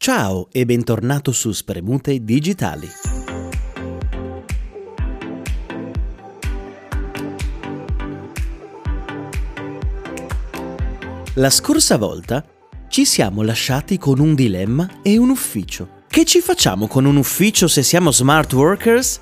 Ciao e bentornato su Spremute Digitali. La scorsa volta ci siamo lasciati con un dilemma e un ufficio. Che ci facciamo con un ufficio se siamo smart workers?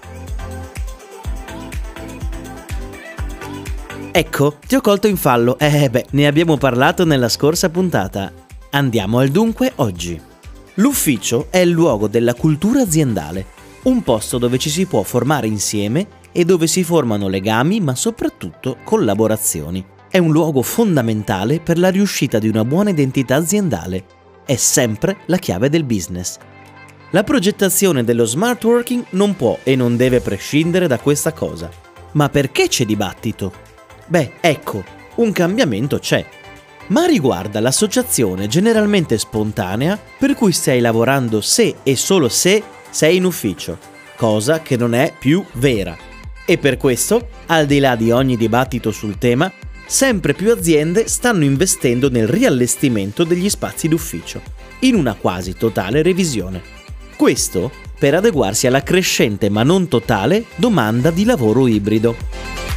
Ecco, ti ho colto in fallo. Ne abbiamo parlato nella scorsa puntata. Andiamo al dunque oggi. L'ufficio è il luogo della cultura aziendale, un posto dove ci si può formare insieme e dove si formano legami, ma soprattutto collaborazioni. È un luogo fondamentale per la riuscita di una buona identità aziendale. È sempre la chiave del business. La progettazione dello smart working non può e non deve prescindere da questa cosa. Ma perché c'è dibattito? Ecco, un cambiamento c'è. Ma riguarda l'associazione generalmente spontanea per cui stai lavorando se e solo se sei in ufficio, cosa che non è più vera. E per questo, al di là di ogni dibattito sul tema, sempre più aziende stanno investendo nel riallestimento degli spazi d'ufficio, in una quasi totale revisione. Questo per adeguarsi alla crescente ma non totale domanda di lavoro ibrido.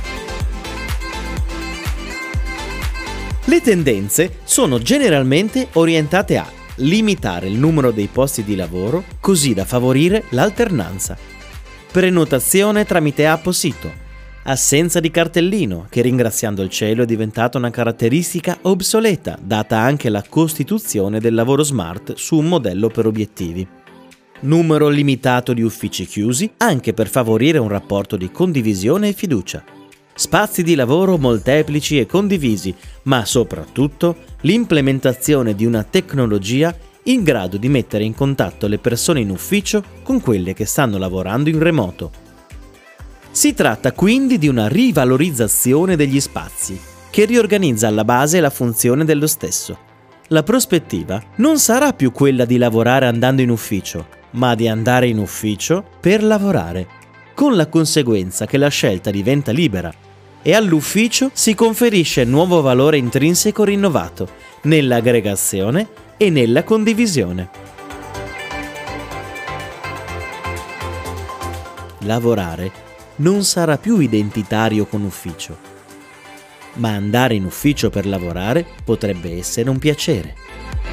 Le tendenze sono generalmente orientate a limitare il numero dei posti di lavoro così da favorire l'alternanza. Prenotazione tramite app o sito. Assenza di cartellino, che ringraziando il cielo è diventata una caratteristica obsoleta, data anche la costituzione del lavoro smart su un modello per obiettivi. Numero limitato di uffici chiusi, anche per favorire un rapporto di condivisione e fiducia. Spazi di lavoro molteplici e condivisi, ma soprattutto l'implementazione di una tecnologia in grado di mettere in contatto le persone in ufficio con quelle che stanno lavorando in remoto. Si tratta quindi di una rivalorizzazione degli spazi, che riorganizza alla base la funzione dello stesso. La prospettiva non sarà più quella di lavorare andando in ufficio, ma di andare in ufficio per lavorare, con la conseguenza che la scelta diventa libera e all'ufficio si conferisce nuovo valore intrinseco rinnovato nell'aggregazione e nella condivisione. Lavorare non sarà più identitario con ufficio, ma andare in ufficio per lavorare potrebbe essere un piacere.